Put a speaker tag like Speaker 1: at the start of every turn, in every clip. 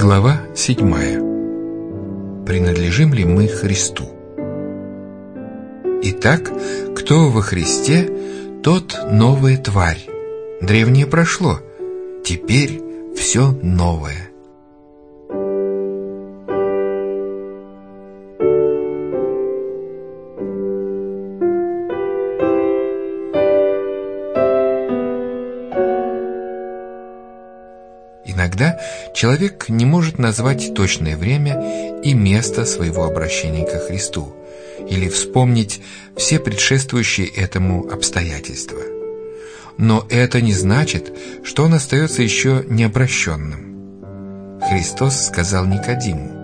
Speaker 1: Глава 7. Принадлежим ли мы Христу? Итак, кто во Христе, тот новая тварь. Древнее прошло, теперь все новое. Иногда человек не может назвать точное время и место своего обращения ко Христу или вспомнить все предшествующие этому обстоятельства. Но это не значит, что он остается еще необращенным. Христос сказал Никодиму: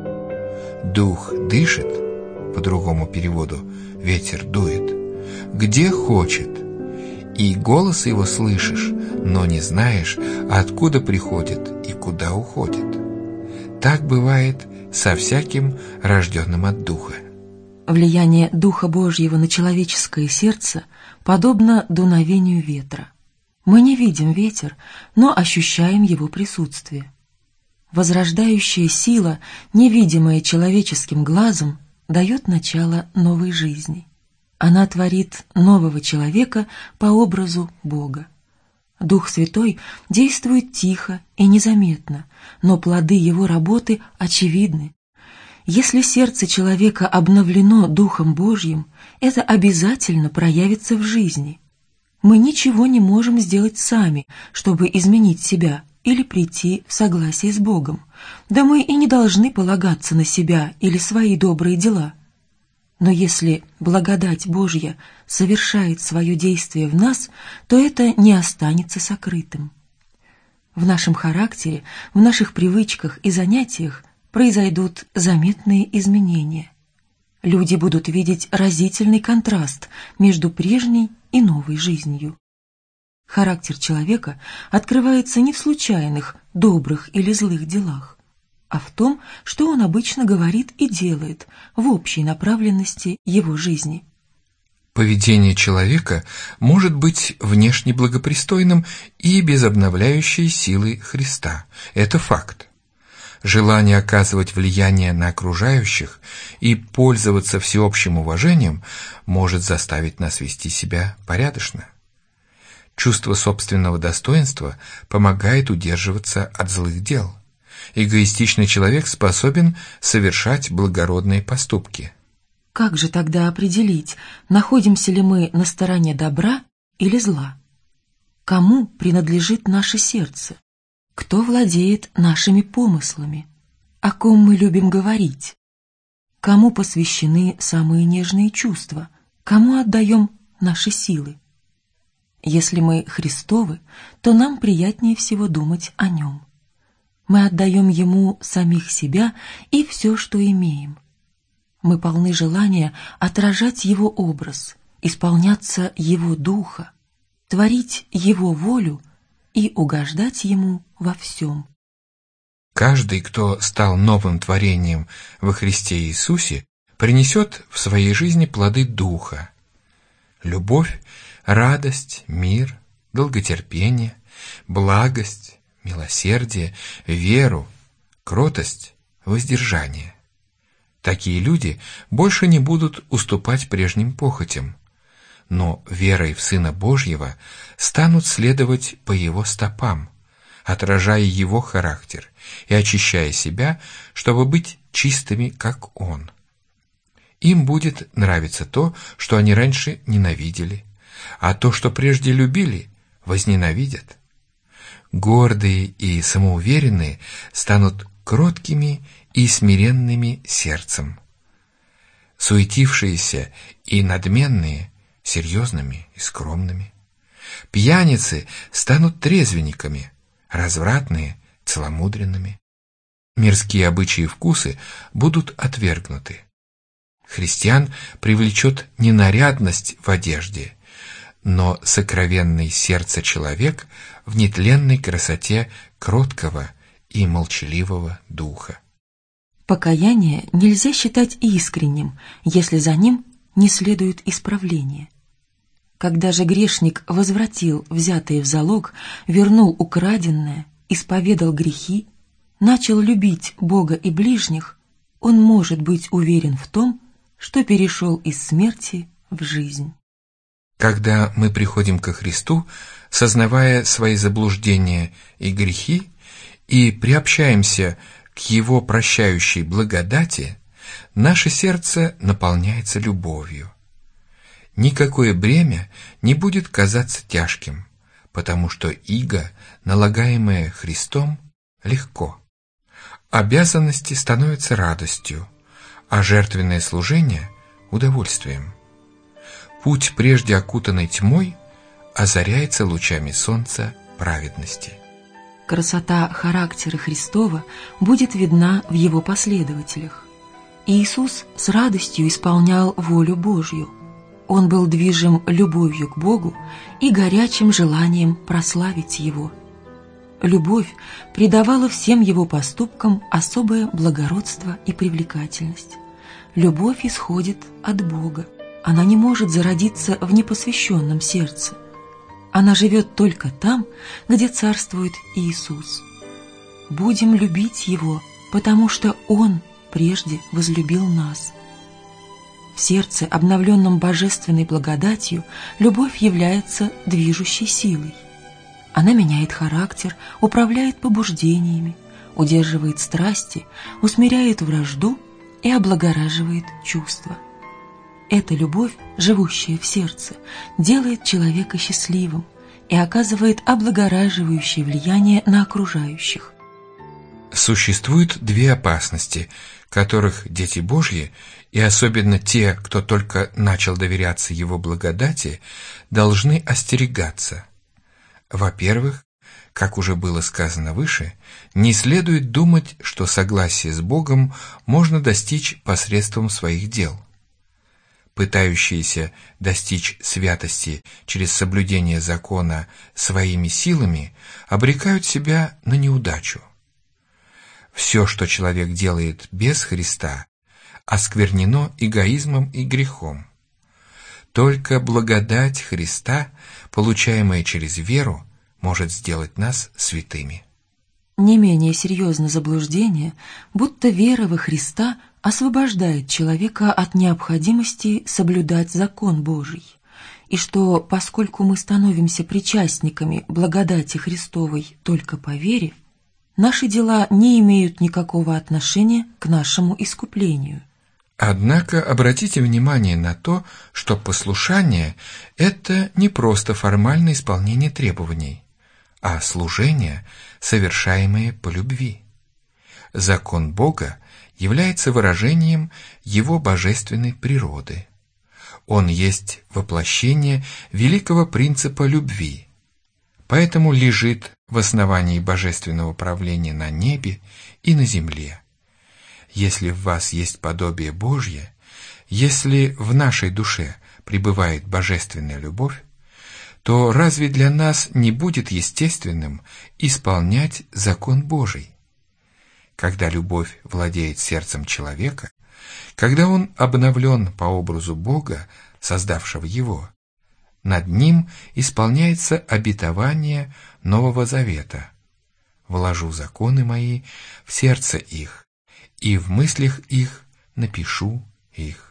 Speaker 1: «Дух дышит», по другому переводу «ветер дует», где хочет, и голос его слышишь, но не знаешь, откуда приходит и куда уходит. Так бывает со всяким рожденным от Духа.
Speaker 2: Влияние Духа Божьего на человеческое сердце подобно дуновению ветра. Мы не видим ветер, но ощущаем его присутствие. Возрождающая сила, невидимая человеческим глазом, дает начало новой жизни. Она творит нового человека по образу Бога. Дух Святой действует тихо и незаметно, но плоды его работы очевидны. Если сердце человека обновлено Духом Божьим, это обязательно проявится в жизни. Мы ничего не можем сделать сами, чтобы изменить себя или прийти в согласие с Богом. Да мы и не должны полагаться на себя или свои добрые дела. Но если благодать Божья совершает свое действие в нас, то это не останется сокрытым. В нашем характере, в наших привычках и занятиях произойдут заметные изменения. Люди будут видеть разительный контраст между прежней и новой жизнью. Характер человека открывается не в случайных, добрых или злых делах, а в том, что он обычно говорит и делает в общей направленности его жизни.
Speaker 1: Поведение человека может быть внешне благопристойным и без обновляющей силы Христа. Это факт. Желание оказывать влияние на окружающих и пользоваться всеобщим уважением может заставить нас вести себя порядочно. Чувство собственного достоинства помогает удерживаться от злых дел. Эгоистичный человек способен совершать благородные поступки.
Speaker 2: Как же тогда определить, находимся ли мы на стороне добра или зла? Кому принадлежит наше сердце? Кто владеет нашими помыслами? О ком мы любим говорить? Кому посвящены самые нежные чувства? Кому отдаем наши силы? Если мы Христовы, то нам приятнее всего думать о Нем. Мы отдаем Ему самих себя и все, что имеем. Мы полны желания отражать Его образ, исполняться Его Духа, творить Его волю и угождать Ему во всем.
Speaker 1: Каждый, кто стал новым творением во Христе Иисусе, принесет в своей жизни плоды Духа: любовь, радость, мир, долготерпение, благость, милосердие, веру, кротость, воздержание. Такие люди больше не будут уступать прежним похотям, но верой в Сына Божьего станут следовать по Его стопам, отражая Его характер и очищая себя, чтобы быть чистыми, как Он. Им будет нравиться то, что они раньше ненавидели, а то, что прежде любили, возненавидят. Гордые и самоуверенные станут кроткими и смиренными сердцем. Суетившиеся и надменные — серьезными и скромными. Пьяницы станут трезвенниками, развратные — целомудренными. Мирские обычаи и вкусы будут отвергнуты. Христиан привлечет не нарядность в одежде, но сокровенный сердце человек в нетленной красоте кроткого и молчаливого духа.
Speaker 2: Покаяние нельзя считать искренним, если за ним не следует исправление. Когда же грешник возвратил взятое в залог, вернул украденное, исповедал грехи, начал любить Бога и ближних, он может быть уверен в том, что перешел из смерти в жизнь.
Speaker 1: Когда мы приходим ко Христу, сознавая свои заблуждения и грехи, и приобщаемся к Его прощающей благодати, наше сердце наполняется любовью. Никакое бремя не будет казаться тяжким, потому что иго, налагаемое Христом, легко. Обязанности становятся радостью, а жертвенное служение – удовольствием. Путь, прежде окутанный тьмой, озаряется лучами солнца праведности.
Speaker 2: Красота характера Христова будет видна в Его последователях. Иисус с радостью исполнял волю Божью. Он был движим любовью к Богу и горячим желанием прославить Его. Любовь придавала всем Его поступкам особое благородство и привлекательность. Любовь исходит от Бога. Она не может зародиться в непосвященном сердце. Она живет только там, где царствует Иисус. Будем любить Его, потому что Он прежде возлюбил нас. В сердце, обновленном божественной благодатью, любовь является движущей силой. Она меняет характер, управляет побуждениями, удерживает страсти, усмиряет вражду и облагораживает чувства. Эта любовь, живущая в сердце, делает человека счастливым и оказывает облагораживающее влияние на окружающих.
Speaker 1: Существует две опасности, которых дети Божьи, и особенно те, кто только начал доверяться Его благодати, должны остерегаться. Во-первых, как уже было сказано выше, не следует думать, что согласие с Богом можно достичь посредством своих дел. Пытающиеся достичь святости через соблюдение закона своими силами, обрекают себя на неудачу. Все, что человек делает без Христа, осквернено эгоизмом и грехом. Только благодать Христа, получаемая через веру, может сделать нас святыми.
Speaker 2: Не менее серьезно заблуждение, будто вера во Христа освобождает человека от необходимости соблюдать закон Божий, и что, поскольку мы становимся причастниками благодати Христовой только по вере, наши дела не имеют никакого отношения к нашему искуплению.
Speaker 1: Однако обратите внимание на то, что послушание – это не просто формальное исполнение требований, а служение, совершаемое по любви. Закон Бога является выражением Его божественной природы. Он есть воплощение великого принципа любви, поэтому лежит в основании божественного правления на небе и на земле. Если в вас есть подобие Божье, если в нашей душе пребывает божественная любовь, то разве для нас не будет естественным исполнять закон Божий? Когда любовь владеет сердцем человека, когда он обновлен по образу Бога, создавшего его, над ним исполняется обетование Нового Завета. «Вложу законы мои в сердце их, и в мыслях их напишу их».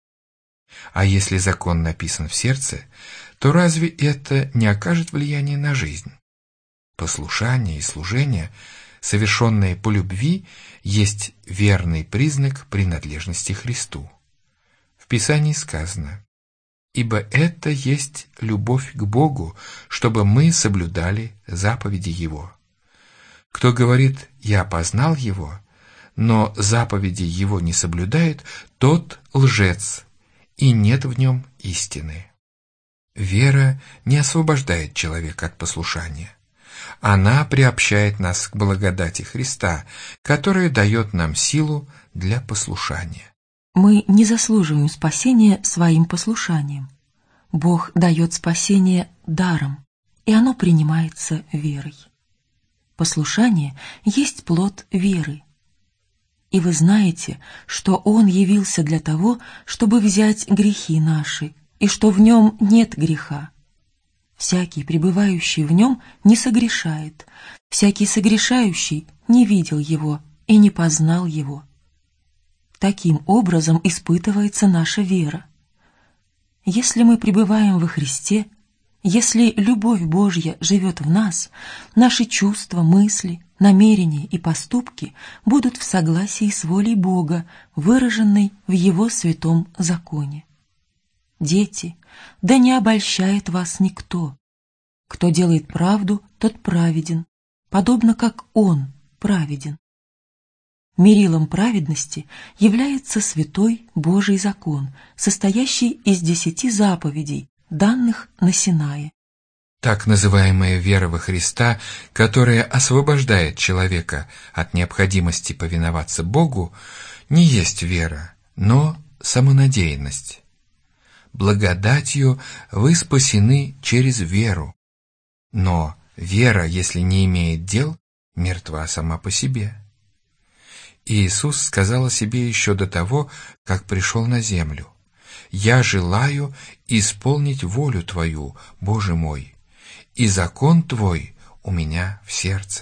Speaker 1: А если закон написан в сердце, то разве это не окажет влияния на жизнь? Послушание и служение, совершенные по любви, есть верный признак принадлежности Христу. В Писании сказано: «Ибо это есть любовь к Богу, чтобы мы соблюдали заповеди Его. Кто говорит: я познал Его, но заповеди Его не соблюдает, тот лжец, и нет в нем истины». Вера не освобождает человека от послушания. Она приобщает нас к благодати Христа, которая дает нам силу для послушания.
Speaker 2: Мы не заслуживаем спасения своим послушанием. Бог дает спасение даром, и оно принимается верой. Послушание есть плод веры. И вы знаете, что Он явился для того, чтобы взять грехи наши, и что в Нем нет греха. Всякий, пребывающий в нем, не согрешает. Всякий согрешающий не видел его и не познал его. Таким образом испытывается наша вера. Если мы пребываем во Христе, если любовь Божья живет в нас, наши чувства, мысли, намерения и поступки будут в согласии с волей Бога, выраженной в Его святом законе. Дети, да не обольщает вас никто. Кто делает правду, тот праведен, подобно как Он праведен. Мерилом праведности является святой Божий закон, состоящий из 10 заповедей, данных на Синае.
Speaker 1: Так называемая вера во Христа, которая освобождает человека от необходимости повиноваться Богу, не есть вера, но самонадеянность. Благодатью вы спасены через веру. Но вера, если не имеет дел, мертва сама по себе. Иисус сказал о себе еще до того, как пришел на землю: «Я желаю исполнить волю Твою, Боже мой, и закон Твой у меня в сердце».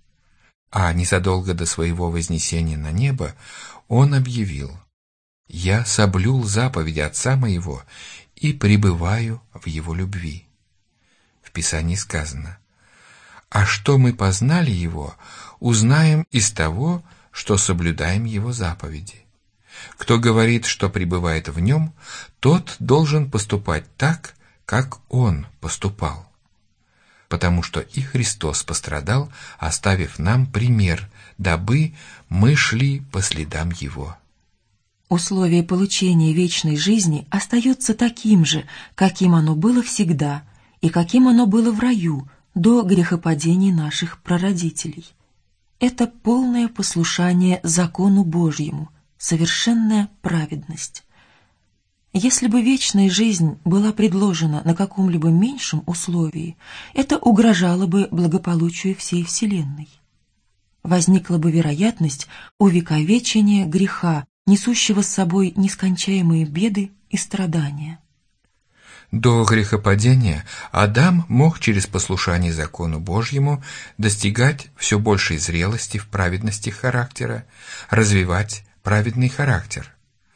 Speaker 1: А незадолго до своего вознесения на небо Он объявил: «Я соблюл заповеди Отца моего и пребываю в Его любви». В Писании сказано: «А что мы познали Его, узнаем из того, что соблюдаем Его заповеди. Кто говорит, что пребывает в Нем, тот должен поступать так, как Он поступал. Потому что и Христос пострадал, оставив нам пример, дабы мы шли по следам Его».
Speaker 2: Условие получения вечной жизни остается таким же, каким оно было всегда, и каким оно было в раю до грехопадения наших прародителей. Это полное послушание закону Божьему, совершенная праведность. Если бы вечная жизнь была предложена на каком-либо меньшем условии, это угрожало бы благополучию всей Вселенной. Возникла бы вероятность увековечения греха, несущего с собой нескончаемые беды и страдания.
Speaker 1: До грехопадения Адам мог через послушание закону Божьему достигать все большей зрелости в праведности характера, развивать праведный характер.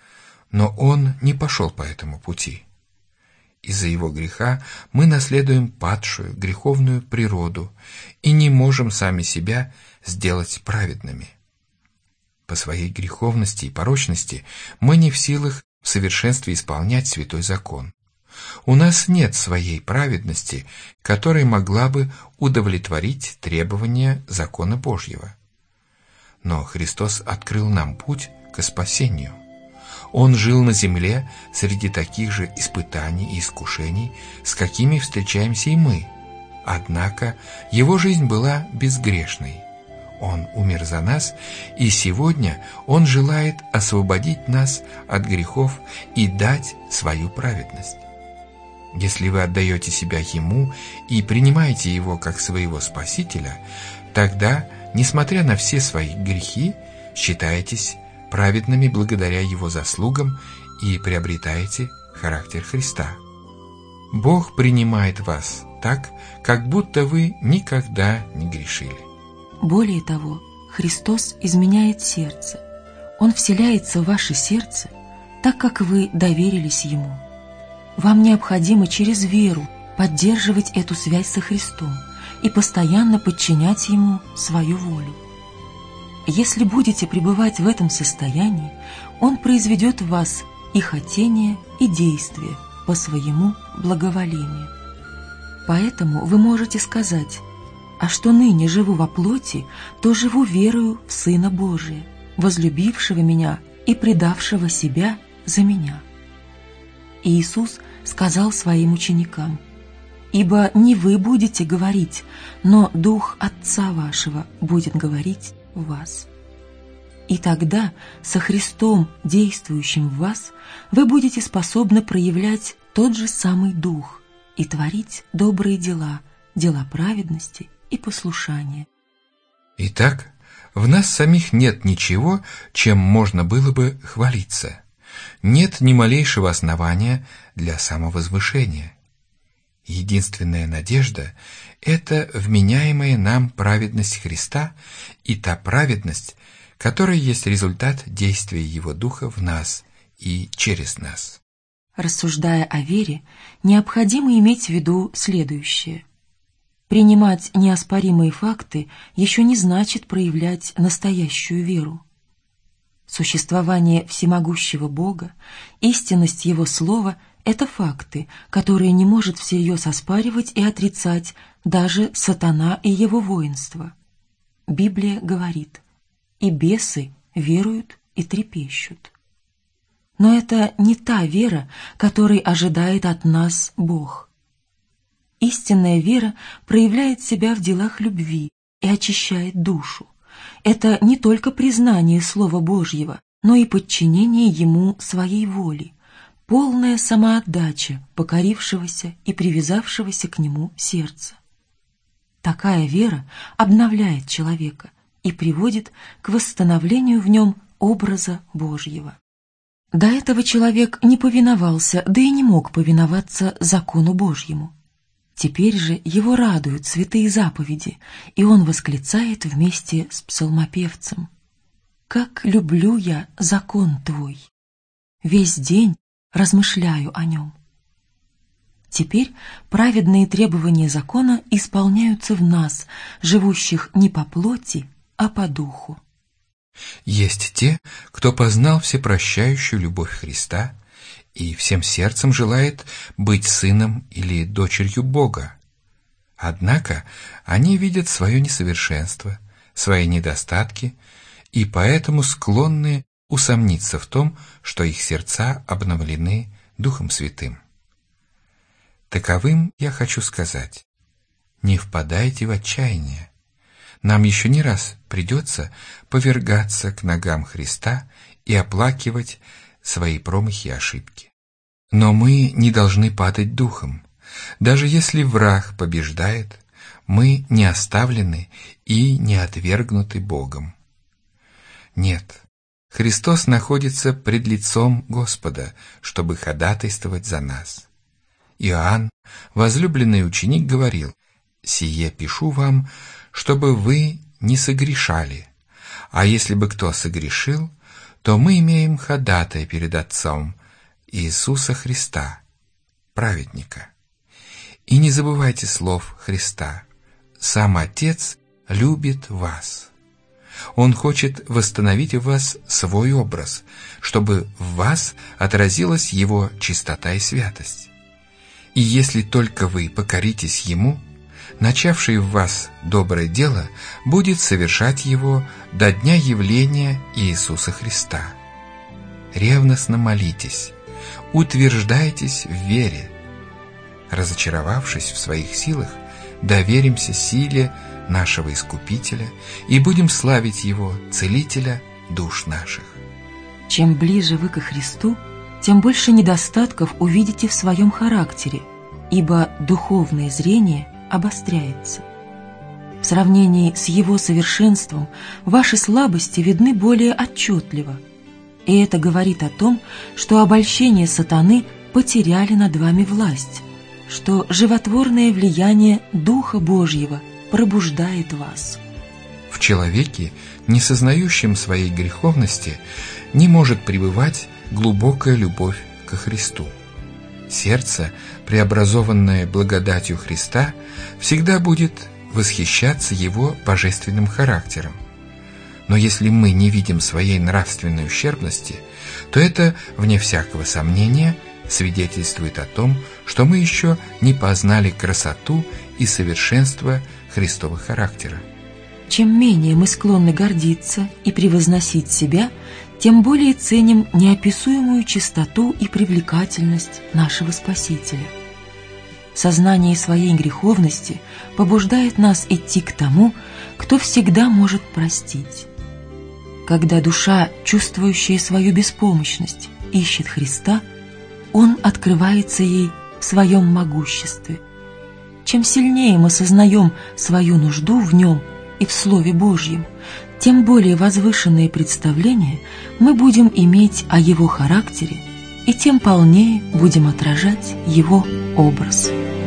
Speaker 1: Но он не пошел по этому пути. Из-за его греха мы наследуем падшую, греховную природу и не можем сами себя сделать праведными. По своей греховности и порочности мы не в силах в совершенстве исполнять святой закон. У нас нет своей праведности, которая могла бы удовлетворить требования закона Божьего. Но Христос открыл нам путь к спасению. Он жил на земле среди таких же испытаний и искушений, с какими встречаемся и мы. Однако Его жизнь была безгрешной. Он умер за нас, и сегодня Он желает освободить нас от грехов и дать свою праведность. Если вы отдаете себя Ему и принимаете Его как своего Спасителя, тогда, несмотря на все свои грехи, считаетесь праведными благодаря Его заслугам и приобретаете характер Христа. Бог принимает вас так, как будто вы никогда не грешили.
Speaker 2: Более того, Христос изменяет сердце. Он вселяется в ваше сердце, так как вы доверились Ему. Вам необходимо через веру поддерживать эту связь со Христом и постоянно подчинять Ему свою волю. Если будете пребывать в этом состоянии, Он произведет в вас и хотение, и действие по своему благоволению. Поэтому вы можете сказать: «А что ныне живу во плоти, то живу верою в Сына Божия, возлюбившего меня и предавшего себя за меня». Иисус сказал своим ученикам: «Ибо не вы будете говорить, но Дух Отца вашего будет говорить в вас». И тогда со Христом, действующим в вас, вы будете способны проявлять тот же самый Дух и творить добрые дела, дела праведности и послушания.
Speaker 1: Итак, в нас самих нет ничего, чем можно было бы хвалиться. Нет ни малейшего основания для самовозвышения. Единственная надежда — это вменяемая нам праведность Христа и та праведность, которая есть результат действия Его Духа в нас и через нас.
Speaker 2: Рассуждая о вере, необходимо иметь в виду следующее. Принимать неоспоримые факты еще не значит проявлять настоящую веру. Существование всемогущего Бога, истинность Его Слова — это факты, которые не может всерьез оспаривать и отрицать даже сатана и его воинство. Библия говорит: «И бесы веруют и трепещут». Но это не та вера, которой ожидает от нас Бог. Истинная вера проявляет себя в делах любви и очищает душу. Это не только признание Слова Божьего, но и подчинение Ему своей воли, полная самоотдача покорившегося и привязавшегося к Нему сердца. Такая вера обновляет человека и приводит к восстановлению в нем образа Божьего. До этого человек не повиновался, да и не мог повиноваться закону Божьему. Теперь же его радуют святые заповеди, и он восклицает вместе с псалмопевцем: «Как люблю я закон Твой! Весь день размышляю о нем». Теперь праведные требования закона исполняются в нас, живущих не по плоти, а по духу.
Speaker 1: Есть те, кто познал всепрощающую любовь Христа и всем сердцем желает быть сыном или дочерью Бога. Однако они видят свое несовершенство, свои недостатки, и поэтому склонны усомниться в том, что их сердца обновлены Духом Святым. Таковым я хочу сказать: не впадайте в отчаяние. Нам еще не раз придется повергаться к ногам Христа и оплакивать свои промахи и ошибки. Но мы не должны падать духом. Даже если враг побеждает, мы не оставлены и не отвергнуты Богом. Нет, Христос находится пред лицом Господа, чтобы ходатайствовать за нас. Иоанн, возлюбленный ученик, говорил: «Сие пишу вам, чтобы вы не согрешали, а если бы кто согрешил, то мы имеем ходатая перед Отцом, Иисуса Христа, праведника». И не забывайте слов Христа: «Сам Отец любит вас». Он хочет восстановить в вас свой образ, чтобы в вас отразилась Его чистота и святость. И если только вы покоритесь Ему, начавший в вас доброе дело будет совершать его до дня явления Иисуса Христа. Ревностно молитесь, утверждайтесь в вере. Разочаровавшись в своих силах, доверимся силе нашего Искупителя и будем славить Его, Целителя душ наших.
Speaker 2: Чем ближе вы ко Христу, тем больше недостатков увидите в своем характере, ибо духовное зрение обостряется. В сравнении с Его совершенством ваши слабости видны более отчетливо, и это говорит о том, что обольщения сатаны потеряли над вами власть, что животворное влияние Духа Божьего пробуждает вас.
Speaker 1: В человеке, не сознающем своей греховности, не может пребывать глубокая любовь ко Христу. Сердце, преобразованное благодатью Христа, всегда будет восхищаться Его божественным характером. Но если мы не видим своей нравственной ущербности, то это, вне всякого сомнения, свидетельствует о том, что мы еще не познали красоту и совершенство Христова характера.
Speaker 2: Чем менее мы склонны гордиться и превозносить себя, тем более ценим неописуемую чистоту и привлекательность нашего Спасителя. Сознание своей греховности побуждает нас идти к тому, кто всегда может простить. Когда душа, чувствующая свою беспомощность, ищет Христа, Он открывается ей в своем могуществе. Чем сильнее мы сознаем свою нужду в Нем и в Слове Божьем, тем более возвышенные представления мы будем иметь о Его характере, и тем полнее будем отражать Его образ.